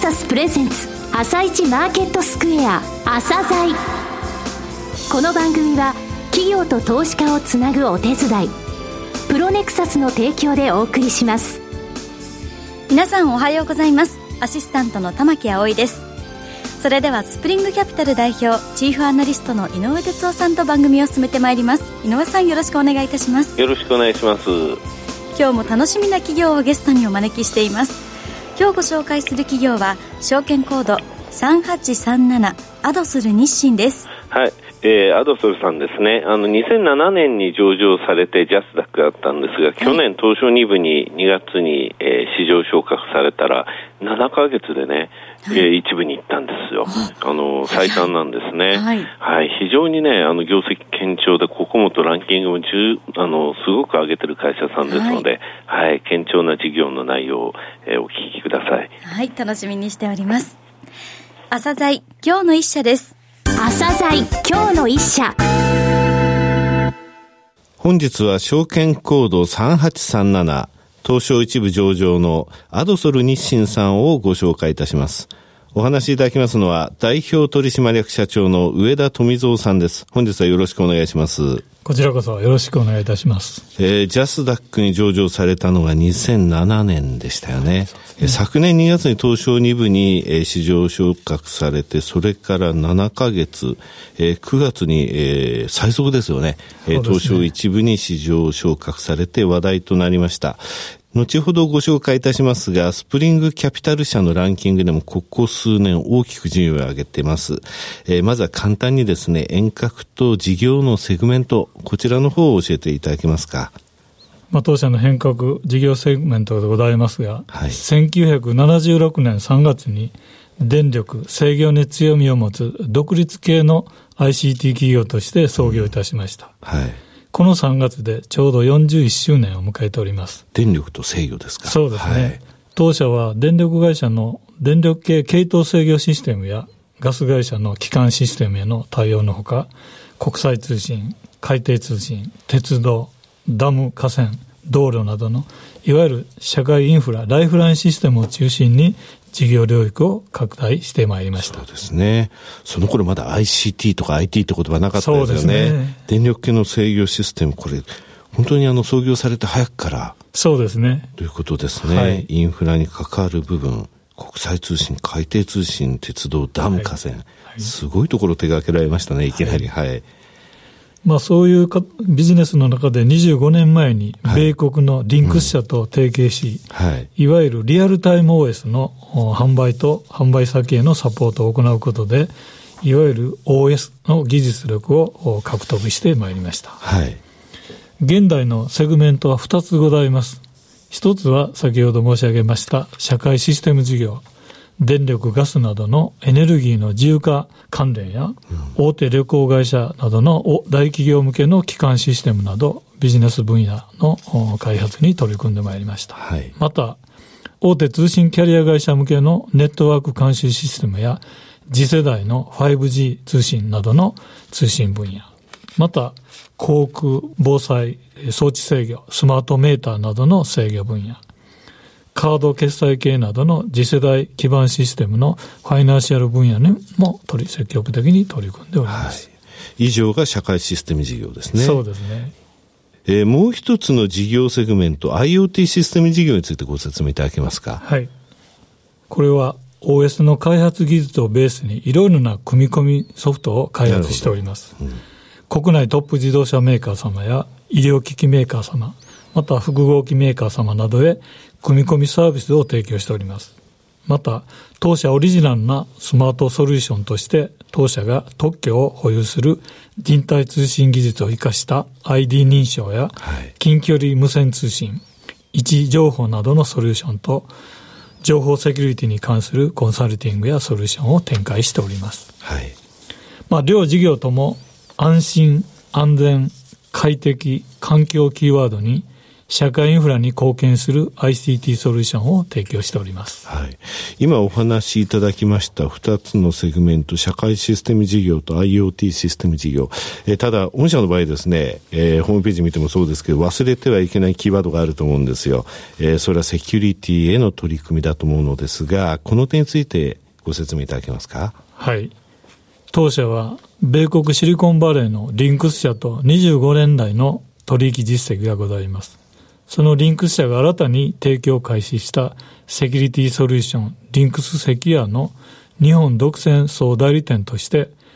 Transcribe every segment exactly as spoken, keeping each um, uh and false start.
サスプレゼンツ朝一マーケットスクエア朝鮮。この番組は企業と投資家をつなぐお手伝い、プロネクサスの提供でお送りします。 皆さんおはようございます。アシスタントの玉木葵です。それではスプリングキャピタル代表チーフアナリストの井上哲夫さんと番組を進めてまいります。井上さん、よろしくお願いいたします。 よろしくお願いします。 今日も楽しみな企業をゲストにお招きしています。今日ご紹介する企業は証券コードさんはちさんななアドソル日清です。 はい、えー、アドソルさんですね。あのにせんななねんに上場されてジャスダックだったんですが、はい、去年東証に部ににがつに、えー、市場昇格されたらななかげつでね、はい、えー、一部に行ったんですよ。あの最短なんですね。はい、はい、非常にね、あの業績堅調で、ここもとランキングもあのすごく上げてる会社さんですので、はい、はい、堅調な事業の内容を、えー、お聞きください。 はい、楽しみにしております。朝鮮今日の一社です。 朝鮮今日の一社。 本日は証券コードさんはちさんなな東証一部上場のアドソル日清さんをご紹介いたします。お話しいただきますのは代表取締役社長の上田富蔵さんです。本日はよろしくお願いします。 こちらこそよろしくお願いいたします。 えー、ジャスダックに上場されたのがにせんななねんでしたよね。えー、昨年にがつに東証に部に、えー、市場昇格されて、それからななかげつ、えー、くがつに、えー、最速ですよね。えー、東証一部に市場昇格されて話題となりました。後ほどご紹介いたしますが、スプリングキャピタル社のランキングでもここ数年大きく順位を上げています。えー、まずは簡単にですね、遠隔と事業のセグメント、こちらの方を教えていただけますか。 まあ、当社の変革事業セグメントでございますが、 はい、 せんきゅうひゃくななじゅうろくねんさんがつに電力制御に強みを持つ独立系の アイシーティー 企業として創業いたしました。 うん、はい、このさんがつでちょうどよんじゅういっしゅうねんを迎えております。 電力と制御ですか。 そうですね。 はい、 当社は電力会社の電力系系統制御システムやガス会社の基幹システムへの対応のほか、国際通信、海底通信、鉄道、ダム、河川、道路などのいわゆる社会インフラ、ライフラインシステムを中心に事業領域を拡大してまいりました。 そうですね。その頃まだ アイシーティー とか アイティー って言葉なかったですよね。そうですね。電力系の制御システム、これ本当にあの創業されて早くからそうですねということですね。はい、インフラに関わる部分、国際通信、海底通信、鉄道、ダム、河川、はいはい、すごいところ手掛けられましたね、いきなり。はい、はい、 まあ、そういうかビジネスの中でにじゅうごねんまえに米国のリンクス社と提携し、はい、いわゆるリアルタイム オーエス の販売と販売先へのサポートを行うことで、いわゆる オーエス の技術力を獲得してまいりました。 はい、 現代のセグメントはふたつございます。一つは先ほど申し上げました社会システム事業、電力ガスなどのエネルギーの自由化関連や、うん、大手旅行会社などの大企業向けの基幹システムなどビジネス分野の開発に取り組んでまいりました。 はい、 また大手通信キャリア会社向けのネットワーク監視システムや次世代の ファイブジー 通信などの通信分野、また航空防災装置制御、スマートメーターなどの制御分野、カード決済系などの次世代基盤システムのファイナンシャル分野にも取り積極的に取り組んでおります。 はい、以上が社会システム事業ですね。 そうですね。 えー、もう一つの事業セグメント IoT システム事業についてご説明いただけますか。 はい。これは オーエス の開発技術をベースにいろいろな組み込みソフトを開発しております。うん、国内トップ自動車メーカー様や医療機器メーカー様、また複合機メーカー様などへ組み込みサービスを提供しております。また当社オリジナルなスマートソリューションとして当社が特許を保有する人体通信技術を生かした アイディー 認証や近距離無線通信、位置情報などのソリューションと情報セキュリティに関するコンサルティングやソリューションを展開しております。 はい、 まあ、両事業とも安心安全快適環境キーワードに社会インフラに貢献する アイシーティー ソリューションを提供しております。 はい。今お話しいただきましたふたつのセグメント、社会システム事業と IoT システム事業。えー、ただ、御社の場合ですね、えー、ホームページ見てもそうですけど、忘れてはいけないキーワードがあると思うんですよ。えー、それはセキュリティへの取り組みだと思うのですが、この点についてご説明いただけますか？ はい。当社は、米国シリコンバレーのリンクス社とにじゅうごねん来の取引実績がございます。そのリンクス社が新たに提供開始したセキュリティソリューション、リンクスセキュアの日本独占総代理店として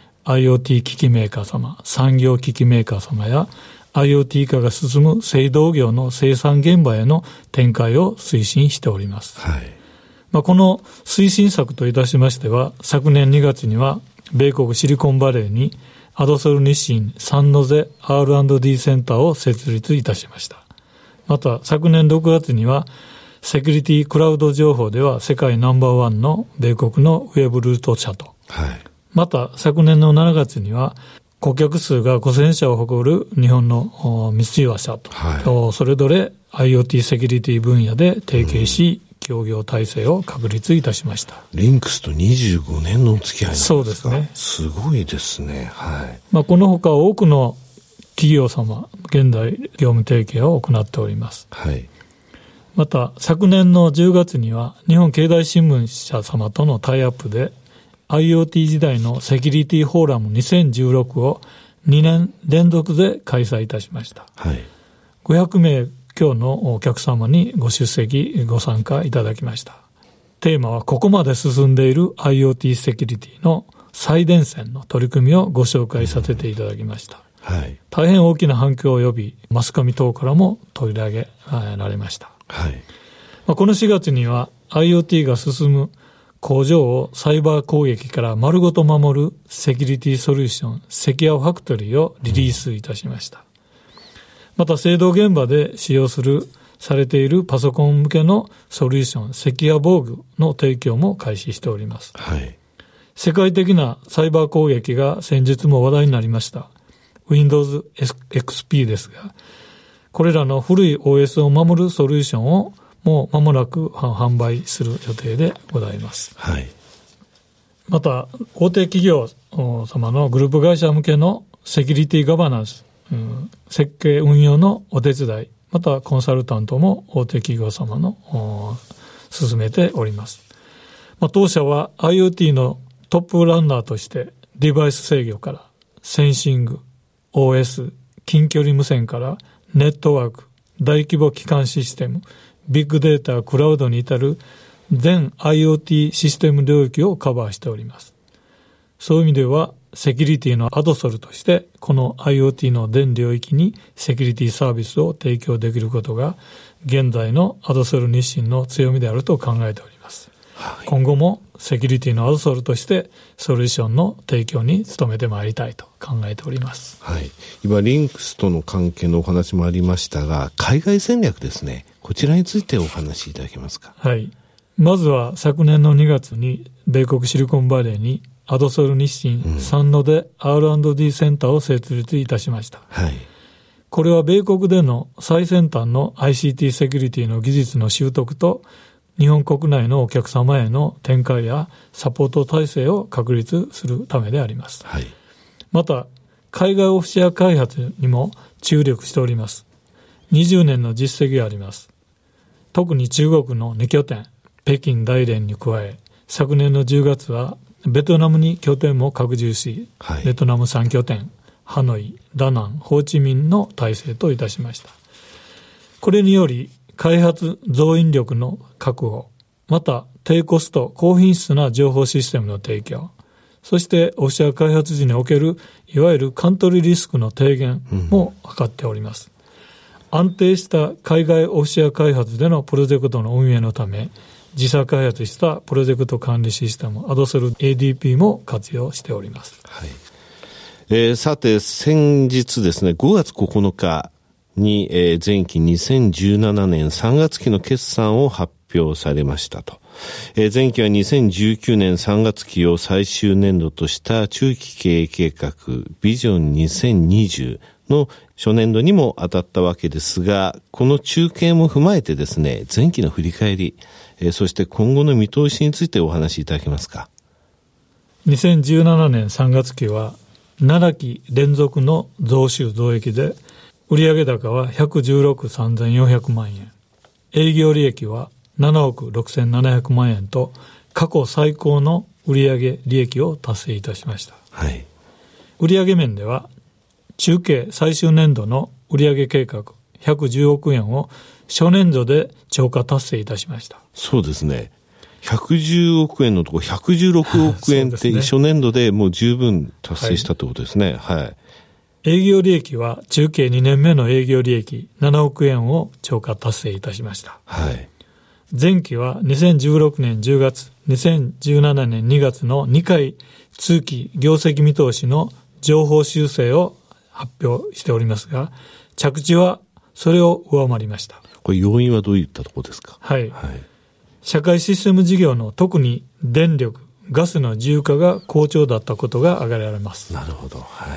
、IoT 機器メーカー様、産業機器メーカー様や IoT 化が進む製造業の生産現場への展開を推進しております。はい。まあ、この推進策といたしましては、昨年にがつには米国シリコンバレーにアドソル日清サンノゼ アールアンドディー センターを設立いたしました。また昨年ろくがつにはセキュリティクラウド情報では世界ナンバーワンの米国のウェブルート社と、はい、また昨年のしちがつには顧客数がごせん社を誇る日本の三井和社と、はい、それぞれ IoT セキュリティ分野で提携し、うん、協業体制を確立いたしました。 リンクスとにじゅうごねんのお付き合いなんですか？ そうですね。 すごいですね。はい。 まあ、このほか多くの企業様、現在業務提携を行っております。はい。また、昨年のじゅうがつには、日本経済新聞社様とのタイアップで、IoT 時代のセキュリティフォーラムにせんじゅうろくをにねん連続で開催いたしました。はい。ごひゃくめい強のお客様にご出席、ご参加いただきました。テーマは、ここまで進んでいる IoT セキュリティの最前線の取り組みをご紹介させていただきました。はい、大変大きな反響を呼び、マスコミ等からも取り上げられました。はい。まあ、このしがつには IoT が進む工場をサイバー攻撃から丸ごと守るセキュリティソリューション、セキュアファクトリーをリリースいたしました。うん、また製造現場で使用する、されているパソコン向けのソリューション、セキュア防具の提供も開始しております。はい。世界的なサイバー攻撃が先日も話題になりました。Windows エックスピー ですが、これらの古い オーエス を守るソリューションをもう間もなく販売する予定でございます。はい。また、大手企業様のグループ会社向けのセキュリティガバナンス、うん、設計運用のお手伝い、またコンサルタントも大手企業様の進めております。まあ、当社は IoT のトップランナーとしてデバイス制御からセンシング、オーエス、近距離無線からネットワーク、大規模基幹システム、ビッグデータ、クラウドに至る全 IoT システム領域をカバーしております。そういう意味では、セキュリティのアドソルとして、この IoT の全領域にセキュリティサービスを提供できることが、現在のアドソル日清の強みであると考えております。はい、今後もセキュリティのアドソルとしてソリューションの提供に努めてまいりたいと考えております。 はい。今リンクスとの関係のお話もありましたが、海外戦略ですね。こちらについてお話しいただけますか。 はい。まずは昨年のにがつに米国シリコンバレーにアドソル日清サンノゼ アールアンドディー センターを設立いたしました。はい。これは米国での最先端の アイシーティー セキュリティの技術の習得と日本国内のお客様への展開やサポート体制を確立するためであります。はい、また、海外オフィシェア開発にも注力しております。にじゅうねんの実績があります。特に中国のに拠点、北京、大連に加え、昨年のじゅうがつはベトナムに拠点も拡充し、はい、ベトナムさん拠点、ハノイ、ダナン、ホーチミンの体制といたしました。これにより、開発増員力の確保、また低コスト、高品質な情報システムの提供、そしてオフィシャル開発時におけるいわゆるカントリーリスクの低減も図っております。うん、安定した海外オフィシャル開発でのプロジェクトの運営のため、自社開発したプロジェクト管理システム、アドソル エーディーピー も活用しております。 はい。えー、さて、先日ですね、ごがつここのか、に、えー、前期にせんじゅうななねんさんがつ期の決算を発表されましたと。えー、前期はにせんじゅうきゅうねんさんがつ期を最終年度とした中期経営計画ビジョンにせんにじゅうの初年度にも当たったわけですが、この中継も踏まえてですね、前期の振り返り、えー、そして今後の見通しについてお話しいただけますか。 にせんじゅうななねんさんがつきはななき連続の増収増益で、売上高はひゃくじゅうろくおくさんぜんよんひゃくまんえん、営業利益はななおくろくせんななひゃくまんえんと過去最高の売上利益を達成いたしました。 はい、 売上面では中計最終年度の売上計画ひゃくじゅうおくえんを初年度で超過達成いたしました。 そうですね。ひゃくじゅうおくえんのところひゃくじゅうろくおくえんって初年度でもう十分達成したということですね。はい、はい、 営業利益は中計にねんめの営業利益ななおくえんを超過達成いたしました。 はい、 前期はにせんじゅうろくねんじゅうがつ、にせんじゅうななねんにがつのにかい通期業績見通しの上方修正を発表しておりますが、着地はそれを上回りました。 これ要因はどういったところですか。 はい、 はい、 社会システム事業の特に電力、ガスの自由化が好調だったことが挙げられます。 なるほど。はい、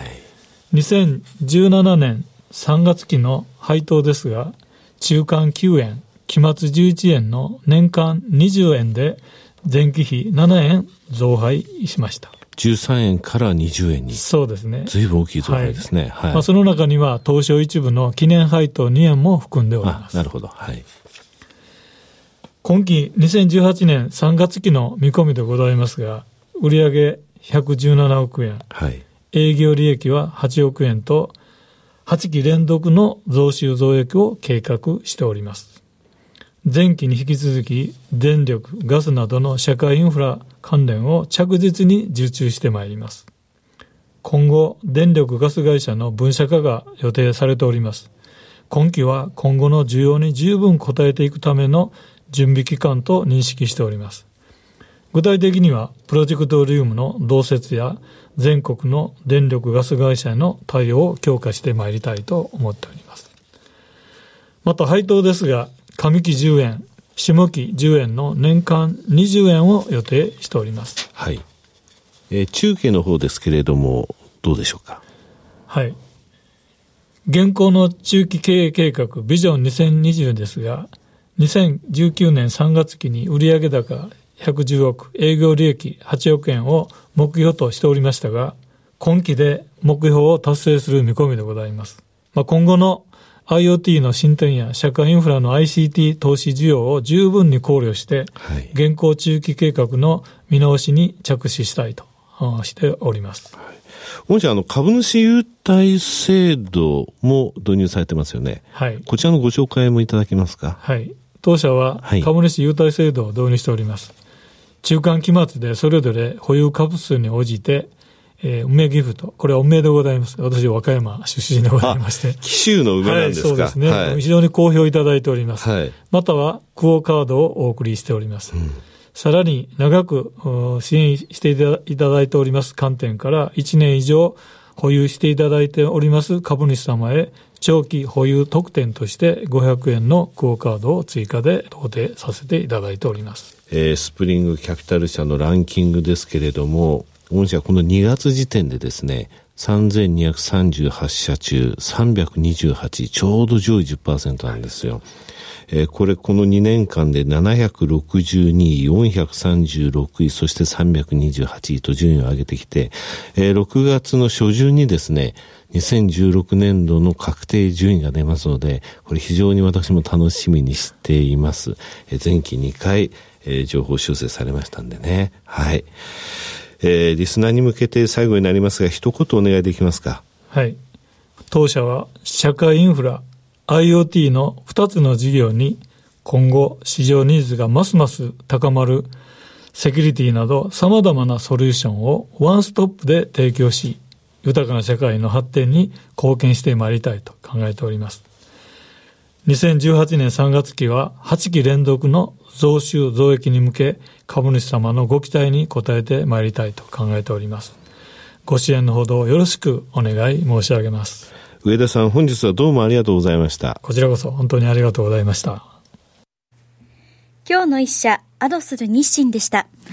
にせんじゅうななねんさんがつきの配当ですが、中間きゅうえん、期末じゅういちえんの年間にじゅうえんで前期比ななえん増配しました。 じゅうさんえんからにじゅうえんに。そうですね。随分大きい増配ですね。はいはい、 まあ、その中には東証一部の記念配当にえんも含んでおります。 なるほど。はい。 今期にせんじゅうはちねんさんがつきの見込みでございますが、売上ひゃくじゅうななおくえん、 はい、 営業利益ははちおくえんとはちき連続の増収増益を計画しております。前期に引き続き電力、ガスなどの社会インフラ関連を着実に受注してまいります。今後、電力ガス会社の分社化が予定されております。今期は今後の需要に十分応えていくための準備期間と認識しております。具体的にはプロジェクトリウムの同設や全国の電力ガス会社への対応を強化してまいりたいと思っております。また配当ですが、上期じゅうえん、下期じゅうえんの年間にじゅうえんを予定しております。 はい。えー、中計の方ですけれども、どうでしょうか。 はい。現行の中期経営計画ビジョンにせんにじゅうですが、にせんじゅうきゅうねんさんがつきに売上高ひゃくじゅうおく、営業利益はちおくえんを目標としておりましたが、今期で目標を達成する見込みでございます。まあ、今後の IoT の進展や社会インフラの アイシーティー 投資需要を十分に考慮して、はい、現行中期計画の見直しに着手したいとしております。はい、 御社、あの株主優待制度も導入されてますよね。はい。こちらのご紹介もいただけますか。 はい。当社は株主優待制度を導入しております。はい、中間期末でそれぞれ保有株数に応じて、えー、運命ギフト、これは運命でございます。私は和歌山出身でございまして。 紀州の梅なんですか。はい、そうですね、 はい。非常に好評いただいております。はい、またはクオカードをお送りしております。うん、さらに長く支援していただいております観点からいちねん以上保有していただいております株主様へ長期保有特典としてごひゃくえんのクオカードを追加で贈呈させていただいております。 えー、スプリングキャピタル社のランキングですけれども、御社このにがつ時点でですね、さんぜんにひゃくさんじゅうはちしゃ中さんびゃくにじゅうはち、ちょうど上位 じゅっパーセント なんですよ。えー、これこのにねんかんでななひゃくろくじゅうにい、よんひゃくさんじゅうろくい、そしてさんびゃくにじゅうはちいと順位を上げてきて、えー、ろくがつの初旬にですね、にせんじゅうろくねんどの確定順位が出ますので、これ非常に私も楽しみにしています。えー、前期にかい、えー、情報修正されましたんでね。はい。えー、リスナーに向けて最後になりますが、一言お願いできますか。 はい。当社は社会インフラ、IoT のふたつの事業に今後市場ニーズがますます高まるセキュリティなど様々なソリューションをワンストップで提供し、豊かな社会の発展に貢献してまいりたいと考えております。にせんじゅうはちねんさんがつきははちき連続の増収増益に向け株主様のご期待に応えてまいりたいと考えております。ご支援のほどよろしくお願い申し上げます。 上田さん、本日はどうもありがとうございました。 こちらこそ本当にありがとうございました。 今日の一社、アドスル日清でした。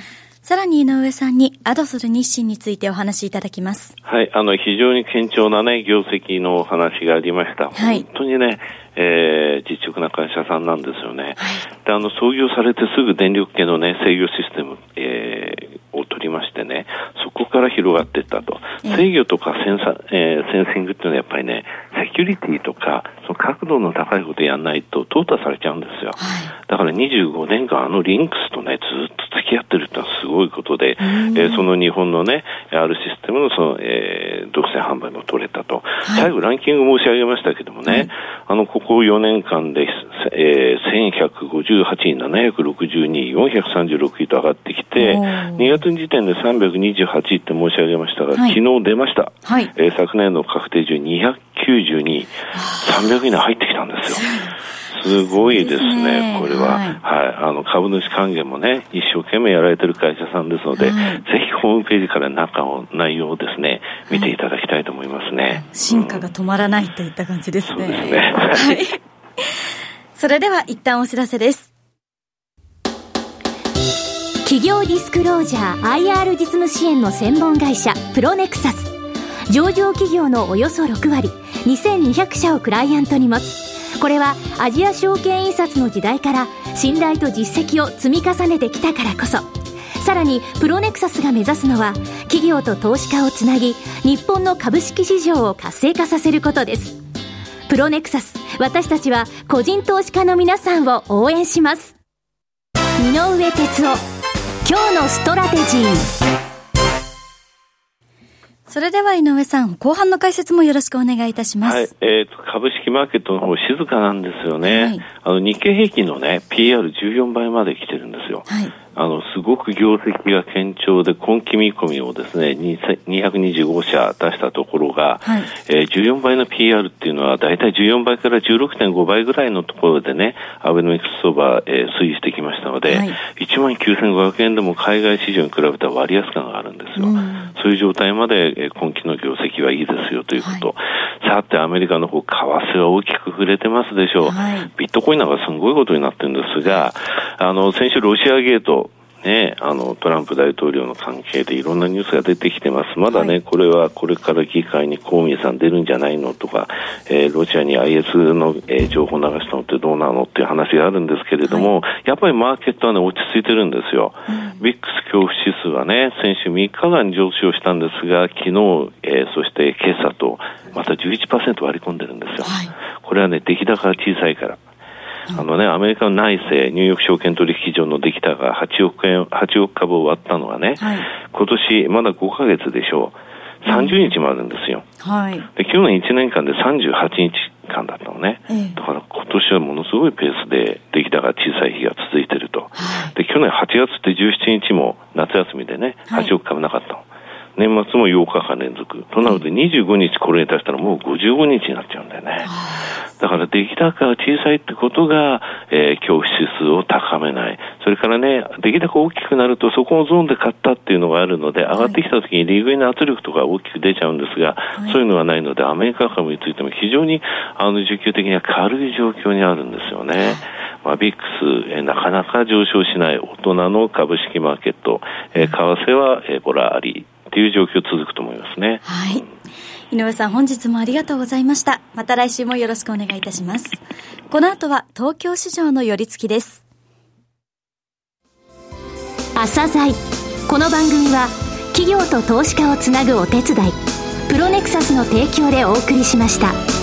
さらに井上さんにアドソル日清についてお話しいただきます。 はい、あの非常に堅調なね業績のお話がありました。はい、本当にね、えー、実直な会社さんなんですよね。はい、であの創業されてすぐ電力系のね制御システム、えー、を取りましてね、そこから広がっていったと。制御とかセンサ、えー、センシングっていうのはやっぱりねセキュリティとかその角度の高いことやんないと淘汰されちゃうんですよ。はい、だからにじゅうごねんかんあのリンクスとねずっと付き合ってるってのはすごいことで、えー、その日本のねあるシステムのその、えー、独占販売も取れたと。はい、最後ランキング申し上げましたけどもね、はい、あのここよねんかんで、えー、せんひゃくごじゅうはちい、ななひゃくろくじゅうにい、よんひゃくさんじゅうろくいと上がってきて、にがつ時点でさんびゃくにじゅうはちいって申し上げましたが、はい、昨日出ました。はい、えー、昨年の確定順にひゃくきゅうじゅうにい、さんびゃくい以内入ってきたんですよ。すごいですね、これは。はい。はい、あの、株主還元もね、一生懸命やられてる会社さんですので、はい、ぜひホームページから中の内容をですね、見ていただきたいと思いますね。はい、 進化が止まらないといった感じですね。 そうですね。はい。 それでは一旦お知らせです。 企業ディスクロージャー アイアール 実務支援の専門会社プロネクサス。上場企業のおよそろくわり、にせんにひゃくしゃをクライアントに持つ。これはアジア証券印刷の時代から信頼と実績を積み重ねてきたからこそ。さらにプロネクサスが目指すのは企業と投資家をつなぎ、日本の株式市場を活性化させることです。プロネクサス、私たちは個人投資家の皆さんを応援します。井上哲夫、今日のストラテジー。 それでは井上さん、後半の解説もよろしくお願いいたします。 はい、えーと、株式マーケットの方静かなんですよね。はい、あの日経平均のね ピーアールじゅうよんばいまで来てるんですよ。はい、あのすごく業績が堅調で今期見込みをですねにひゃくにじゅうごしゃ出したところが、はい、えー、じゅうよんばいの ピーアール っていうのはだいたいじゅうよんばいから じゅうろくてんごばいぐらいのところでねアベノミクス相場、えー、推移してきましたので、はい、いちまんきゅうせんごひゃくえんでも海外市場に比べたら割安感があるんですよ。うん、そういう状態まで、えー、今期の業績はいいですよということ。はい、さてアメリカの方為替は大きく触れてますでしょう。はい、ビットコインなんかすごいことになってるんですが、あの先週ロシアゲートね、あのトランプ大統領の関係でいろんなニュースが出てきてます。まだね、はい、これはこれから議会に公民さん出るんじゃないのとか、えー、ロシアに アイエス の、えー、情報を流したのってどうなのっていう話があるんですけれども、はい、やっぱりマーケットはね落ち着いてるんですよ。うん、ビックス恐怖指数はね先週みっかかん上昇したんですが、昨日、えー、そして今朝とまた じゅういちパーセント 割り込んでるんですよ。はい、これはね出来高が小さいから。あのね、アメリカの内政、ニューヨーク証券取引所の出来高がはちおくえん、はちおくかぶを割ったのはね、はい、今年まだごかげつでしょう。さんじゅうにちもあるんですよ。はい、で去年いちねんかんでさんじゅうはちにちかんだったのね。ええ、だから今年はものすごいペースで出来高が小さい日が続いていると。はい、で去年はちがつってじゅうしちにちも夏休みでね、はちおくかぶなかったの。はい、年末もようかかん連続。となるとにじゅうごにちこれに足したらもうごじゅうごにちになっちゃうんだよね。だから出来高が小さいってことが、えー、恐怖指数を高めない。それからね、出来高大きくなるとそこのゾーンで買ったっていうのがあるので、上がってきた時に利食いの圧力とか大きく出ちゃうんですが、はい、そういうのがないのでアメリカ株についても非常にあの需給的には軽い状況にあるんですよね。まあ、ビックス、えー、なかなか上昇しない大人の株式マーケット、えー、為替は、えー、ボラありという状況続くと思いますね。 はい。井上さん、本日もありがとうございました。また来週もよろしくお願いいたします。この後は東京市場の寄り付きです。 朝鮮。この番組は企業と投資家をつなぐお手伝い、プロネクサスの提供でお送りしました。